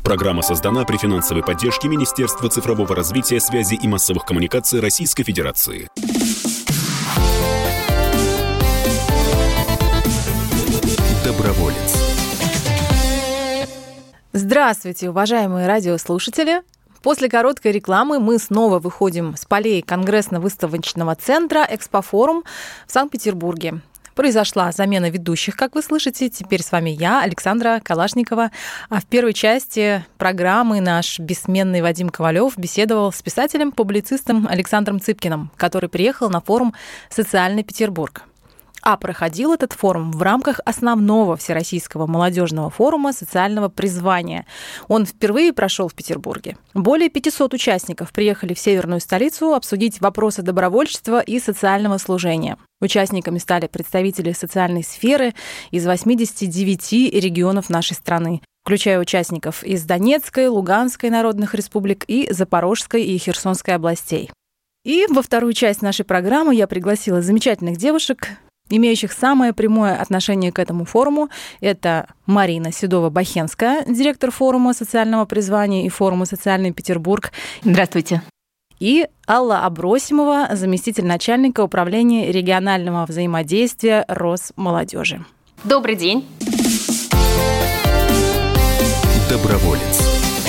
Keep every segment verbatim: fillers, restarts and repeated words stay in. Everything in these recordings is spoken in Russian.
Программа создана при финансовой поддержке Министерства цифрового развития, связи и массовых коммуникаций Российской Федерации. Доброволец. Здравствуйте, уважаемые радиослушатели! После короткой рекламы мы снова выходим с полей Конгрессно-выставочного центра «Экспофорум» в Санкт-Петербурге. Произошла замена ведущих, как вы слышите. Теперь с вами я, Александра Калашникова. А в первой части программы наш бессменный Вадим Ковалев беседовал с писателем-публицистом Александром Цыпкиным, который приехал на форум «Социальный Петербург». А проходил этот форум в рамках основного Всероссийского молодежного форума социального призвания. Он впервые прошел в Петербурге. Более пятисот участников приехали в северную столицу обсудить вопросы добровольчества и социального служения. Участниками стали представители социальной сферы из восьмидесяти девяти регионов нашей страны, включая участников из Донецкой, Луганской народных республик и Запорожской и Херсонской областей. И во вторую часть нашей программы я пригласила замечательных девушек, имеющих самое прямое отношение к этому форуму. Это Марина Седова-Бахенская, директор форума социального призвания и форума «Социальный Петербург». Здравствуйте. И Алла Абросимова, заместитель начальника управления регионального взаимодействия Росмолодежи. Добрый день. Доброволец.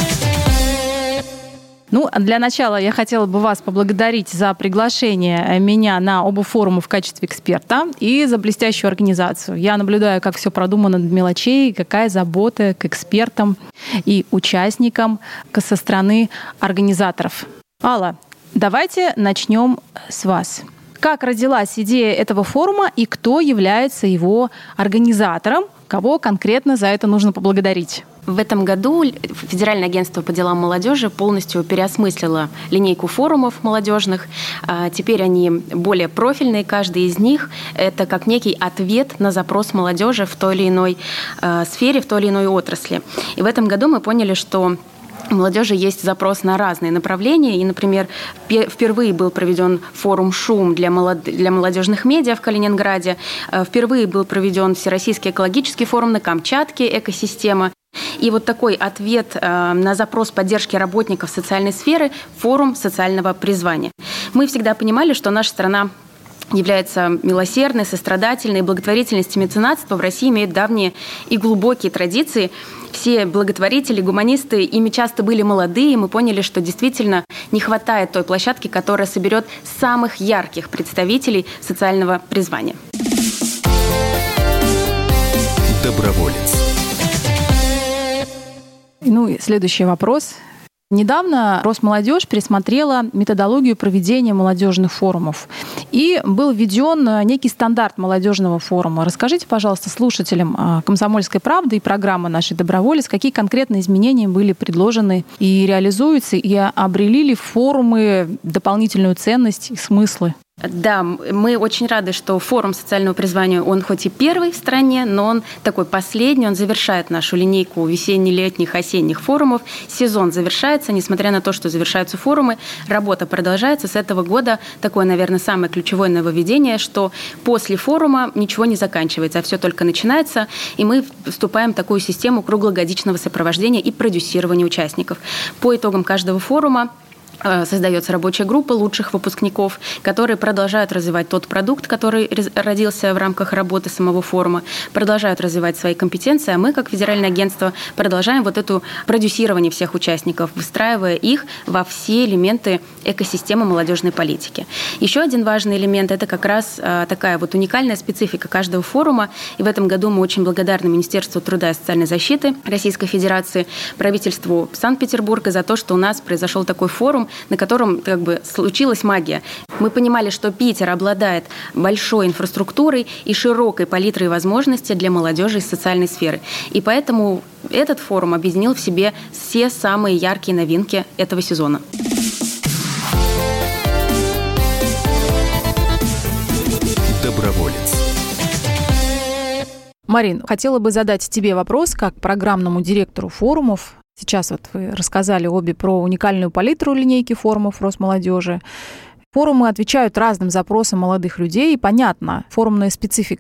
Ну, для начала я хотела бы вас поблагодарить за приглашение меня на оба форума в качестве эксперта и за блестящую организацию. Я наблюдаю, как все продумано до мелочей, какая забота к экспертам и участникам со стороны организаторов. Алла, давайте начнем с вас. Как родилась идея этого форума и кто является его организатором? Кого конкретно за это нужно поблагодарить? В этом году Федеральное агентство по делам молодежи полностью переосмыслило линейку форумов молодежных. Теперь они более профильные, каждый из них – это как некий ответ на запрос молодежи в той или иной сфере, в той или иной отрасли. И в этом году мы поняли, что у молодежи есть запрос на разные направления. И, например, впервые был проведен форум «Шум» для, молод... для молодежных медиа в Калининграде. Впервые был проведен Всероссийский экологический форум на Камчатке «Экосистема». И вот такой ответ э, на запрос поддержки работников социальной сферы – форум социального призвания. Мы всегда понимали, что наша страна является милосердной, сострадательной, благотворительность и меценатство в России имеют давние и глубокие традиции. Все благотворители, гуманисты, ими часто были молодые, мы поняли, что действительно не хватает той площадки, которая соберет самых ярких представителей социального призвания. Доброволец. Ну и следующий вопрос. Недавно Росмолодежь пересмотрела методологию проведения молодежных форумов. И был введен некий стандарт молодежного форума. Расскажите, пожалуйста, слушателям «Комсомольской правды» и программы нашей «Доброволец», какие конкретные изменения были предложены и реализуются, и обрели ли форумы дополнительную ценность и смыслы? Да, мы очень рады, что форум социального призвания, он хоть и первый в стране, но он такой последний, он завершает нашу линейку весенне-летних, осенних форумов. Сезон завершается, несмотря на то, что завершаются форумы, работа продолжается. С этого года такое, наверное, самое ключевое нововведение, что после форума ничего не заканчивается, а все только начинается, и мы вступаем в такую систему круглогодичного сопровождения и продюсирования участников. По итогам каждого форума создается рабочая группа лучших выпускников, которые продолжают развивать тот продукт, который родился в рамках работы самого форума, продолжают развивать свои компетенции, а мы, как федеральное агентство, продолжаем вот это продюсирование всех участников, выстраивая их во все элементы экосистемы молодежной политики. Еще один важный элемент – это как раз такая вот уникальная специфика каждого форума, и в этом году мы очень благодарны Министерству труда и социальной защиты Российской Федерации, правительству Санкт-Петербурга за то, что у нас произошел такой форум, на котором как бы случилась магия. Мы понимали, что Питер обладает большой инфраструктурой и широкой палитрой возможностей для молодежи из социальной сферы. И поэтому этот форум объединил в себе все самые яркие новинки этого сезона. Доброволец. Марин, хотела бы задать тебе вопрос как программному директору форумов. Сейчас вот вы рассказали обе про уникальную палитру линейки форумов Росмолодежи. Форумы отвечают разным запросам молодых людей, и понятно, форумная специфика.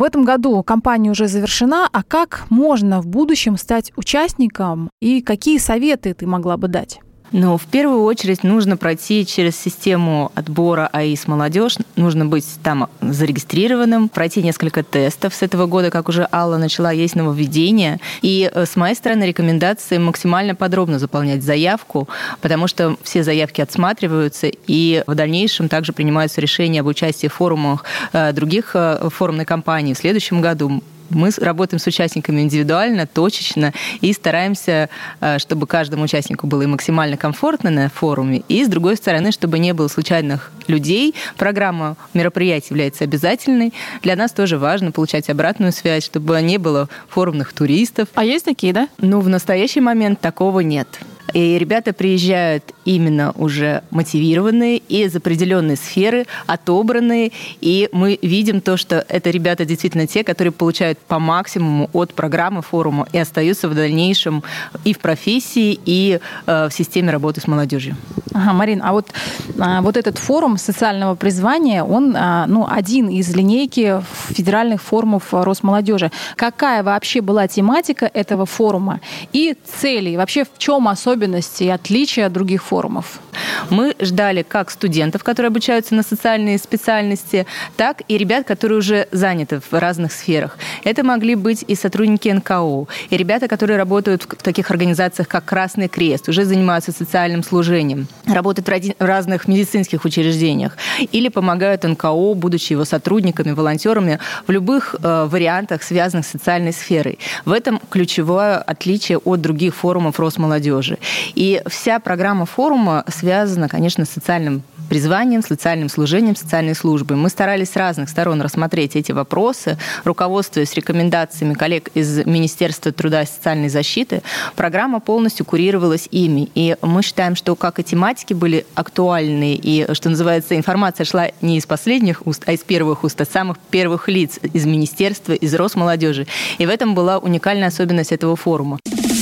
В этом году кампания уже завершена, а как можно в будущем стать участником и какие советы ты могла бы дать? Ну, в первую очередь нужно пройти через систему отбора АИС «Молодежь». Нужно быть там зарегистрированным, пройти несколько тестов с этого года, как уже Алла начала, есть нововведения. И с моей стороны рекомендации максимально подробно заполнять заявку, потому что все заявки отсматриваются, и в дальнейшем также принимаются решения об участии в форумах других форумной кампаний в следующем году. Мы работаем с участниками индивидуально, точечно и стараемся, чтобы каждому участнику было и максимально комфортно на форуме, и, с другой стороны, чтобы не было случайных людей. Программа мероприятий является обязательной. Для нас тоже важно получать обратную связь, чтобы не было форумных туристов. А есть такие, да? Ну, в настоящий момент такого нет. И ребята приезжают именно уже мотивированные и из определенной сферы, отобранные. И мы видим то, что это ребята действительно те, которые получают по максимуму от программы форума и остаются в дальнейшем и в профессии, и в системе работы с молодежью. Ага, Марин, а вот, а, вот этот форум социального призвания, он а, ну, один из линейки федеральных форумов Росмолодежи. Какая вообще была тематика этого форума и цели? Вообще в чем особенности и отличия от других форумов? Мы ждали как студентов, которые обучаются на социальные специальности, так и ребят, которые уже заняты в разных сферах. Это могли быть и сотрудники эн ка о, и ребята, которые работают в таких организациях, как Красный Крест, уже занимаются социальным служением, работают в разных медицинских учреждениях или помогают эн ка о, будучи его сотрудниками, волонтерами, в любых э, вариантах, связанных с социальной сферой. В этом ключевое отличие от других форумов Росмолодежи. И вся программа форума связана, конечно, с социальным призванием, социальным служением, социальной службой. Мы старались с разных сторон рассмотреть эти вопросы, руководствуясь рекомендациями коллег из Министерства труда и социальной защиты. Программа полностью курировалась ими. И мы считаем, что как и тематики были актуальны, и, что называется, информация шла не из последних уст, а из первых уст, от самых первых лиц из Министерства, из Росмолодежи. И в этом была уникальная особенность этого форума.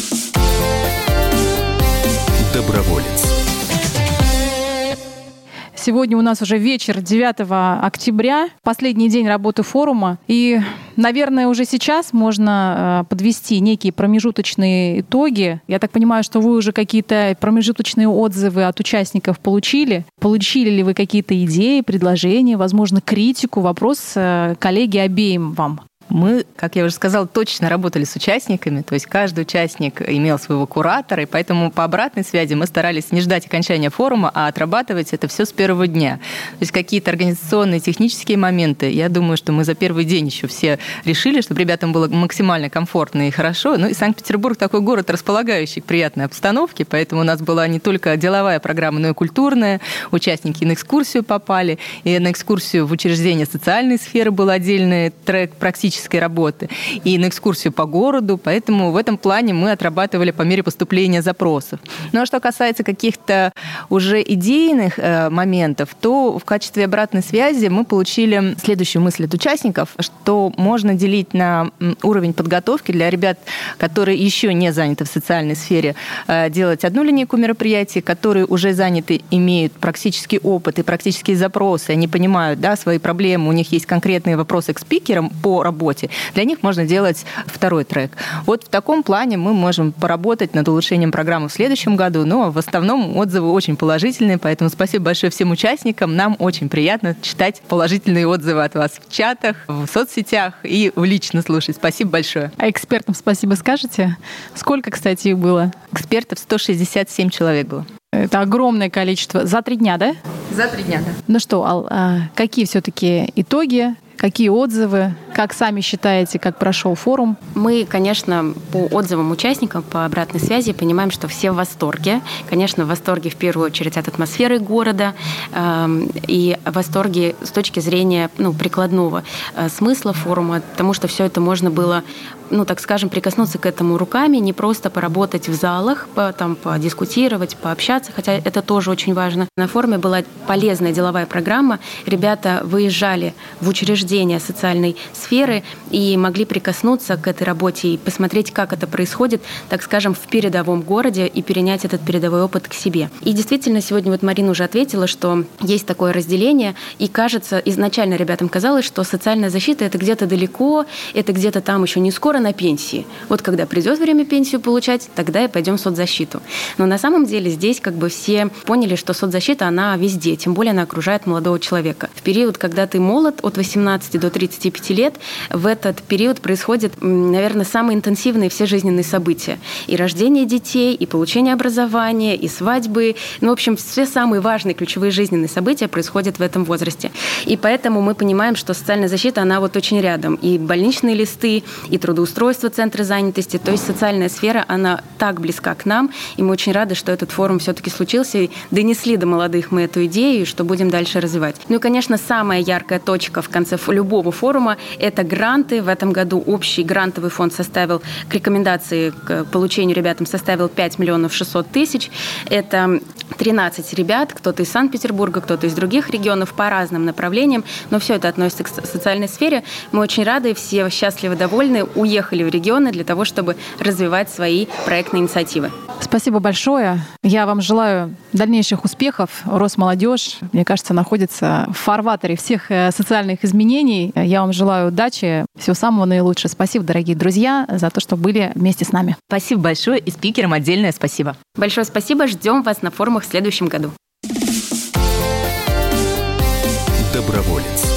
Доброволец. Сегодня у нас уже вечер девятого октября, последний день работы форума. И, наверное, уже сейчас можно подвести некие промежуточные итоги. Я так понимаю, что вы уже какие-то промежуточные отзывы от участников получили. Получили ли вы какие-то идеи, предложения, возможно, критику? Вопрос, коллеги, обеим вам. Мы, как я уже сказала, точно работали с участниками, то есть каждый участник имел своего куратора, и поэтому по обратной связи мы старались не ждать окончания форума, а отрабатывать это все с первого дня. То есть какие-то организационные, технические моменты, я думаю, что мы за первый день еще все решили, чтобы ребятам было максимально комфортно и хорошо. Ну и Санкт-Петербург такой город, располагающий к приятной обстановке, поэтому у нас была не только деловая программа, но и культурная. Участники на экскурсию попали, и на экскурсию в учреждение социальной сферы был отдельный трек практически работы, и на экскурсию по городу, поэтому в этом плане мы отрабатывали по мере поступления запросов. Ну а что касается каких-то уже идейных э, моментов, то в качестве обратной связи мы получили следующую мысль от участников, что можно делить на уровень подготовки для ребят, которые еще не заняты в социальной сфере, э, делать одну линейку мероприятий, которые уже заняты, имеют практический опыт и практические запросы, они понимают, да, свои проблемы, у них есть конкретные вопросы к спикерам по работе. Для них можно делать второй трек. Вот в таком плане мы можем поработать над улучшением программы в следующем году, но в основном отзывы очень положительные, поэтому спасибо большое всем участникам. Нам очень приятно читать положительные отзывы от вас в чатах, в соцсетях и лично слушать. Спасибо большое. А экспертам спасибо скажете? Сколько, кстати, их было? Экспертов сто шестьдесят семь человек было. Это огромное количество. За три дня, да? За три дня, да. Ну что, Ал, а какие все-таки итоги? Какие отзывы? Как сами считаете, как прошел форум? Мы, конечно, по отзывам участников, по обратной связи понимаем, что все в восторге. Конечно, в восторге в первую очередь от атмосферы города э, и в восторге с точки зрения ну, прикладного э, смысла форума, потому что все это можно было ну, так скажем, прикоснуться к этому руками, не просто поработать в залах, по, там, подискутировать, пообщаться, хотя это тоже очень важно. На форуме была полезная деловая программа. Ребята выезжали в учреждения социальной сферы и могли прикоснуться к этой работе и посмотреть, как это происходит, так скажем, в передовом городе и перенять этот передовой опыт к себе. И действительно, сегодня вот Марина уже ответила, что есть такое разделение, и кажется, изначально ребятам казалось, что социальная защита — это где-то далеко, это где-то там еще не скоро на пенсии. Вот когда придет время пенсию получать, тогда и пойдем в соцзащиту. Но на самом деле здесь как бы все поняли, что соцзащита, она везде, тем более она окружает молодого человека. В период, когда ты молод, от восемнадцати до тридцати пяти лет, в этот период происходят, наверное, самые интенсивные все жизненные события. И рождение детей, и получение образования, и свадьбы. Ну, в общем, все самые важные ключевые жизненные события происходят в этом возрасте. И поэтому мы понимаем, что социальная защита, она вот очень рядом. И больничные листы, и трудоустройство, центры занятости. То есть социальная сфера, она так близка к нам. И мы очень рады, что этот форум все-таки случился. И донесли до молодых мы эту идею, и что будем дальше развивать. Ну и, конечно, самая яркая точка в конце любого форума – это гранты. В этом году общий грантовый фонд составил, к рекомендации к получению ребятам составил пять миллионов шестьсот тысяч. Это тринадцать ребят, кто-то из Санкт-Петербурга, кто-то из других регионов по разным направлениям, но все это относится к социальной сфере. Мы очень рады, все счастливы, довольны, уехали в регионы для того, чтобы развивать свои проектные инициативы. Спасибо большое. Я вам желаю дальнейших успехов. Росмолодежь, мне кажется, находится в фарватере всех социальных изменений. Я вам желаю удачи, всего самого наилучшего. Спасибо, дорогие друзья, за то, что были вместе с нами. Спасибо большое, и спикерам отдельное спасибо. Большое спасибо. Ждем вас на форумах в следующем году. Доброволец.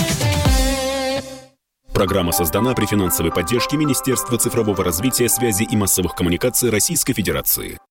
Программа создана при финансовой поддержке Министерства цифрового развития, связи и массовых коммуникаций Российской Федерации.